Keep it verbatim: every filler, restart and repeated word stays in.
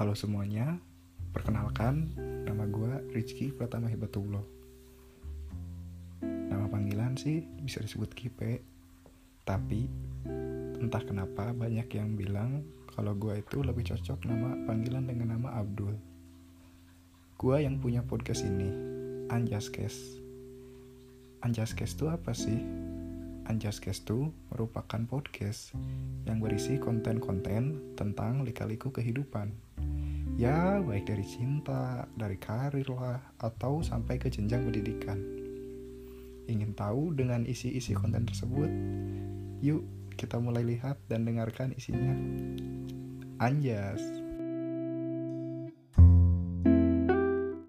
Halo semuanya, perkenalkan nama gue Rizky Pratama Hibatullah. Nama panggilan sih bisa disebut Kipe, tapi entah kenapa banyak yang bilang kalau gue itu lebih cocok nama panggilan dengan nama Abdul. Gue yang punya podcast ini, Anjaskes. Anjaskes itu apa sih? Anjaskes itu merupakan podcast yang berisi konten-konten tentang lika-liku kehidupan. Ya, baik dari cinta, dari karir lah, atau sampai ke jenjang pendidikan. Ingin tahu dengan isi-isi konten tersebut? Yuk, kita mulai lihat dan dengarkan isinya. Anjas.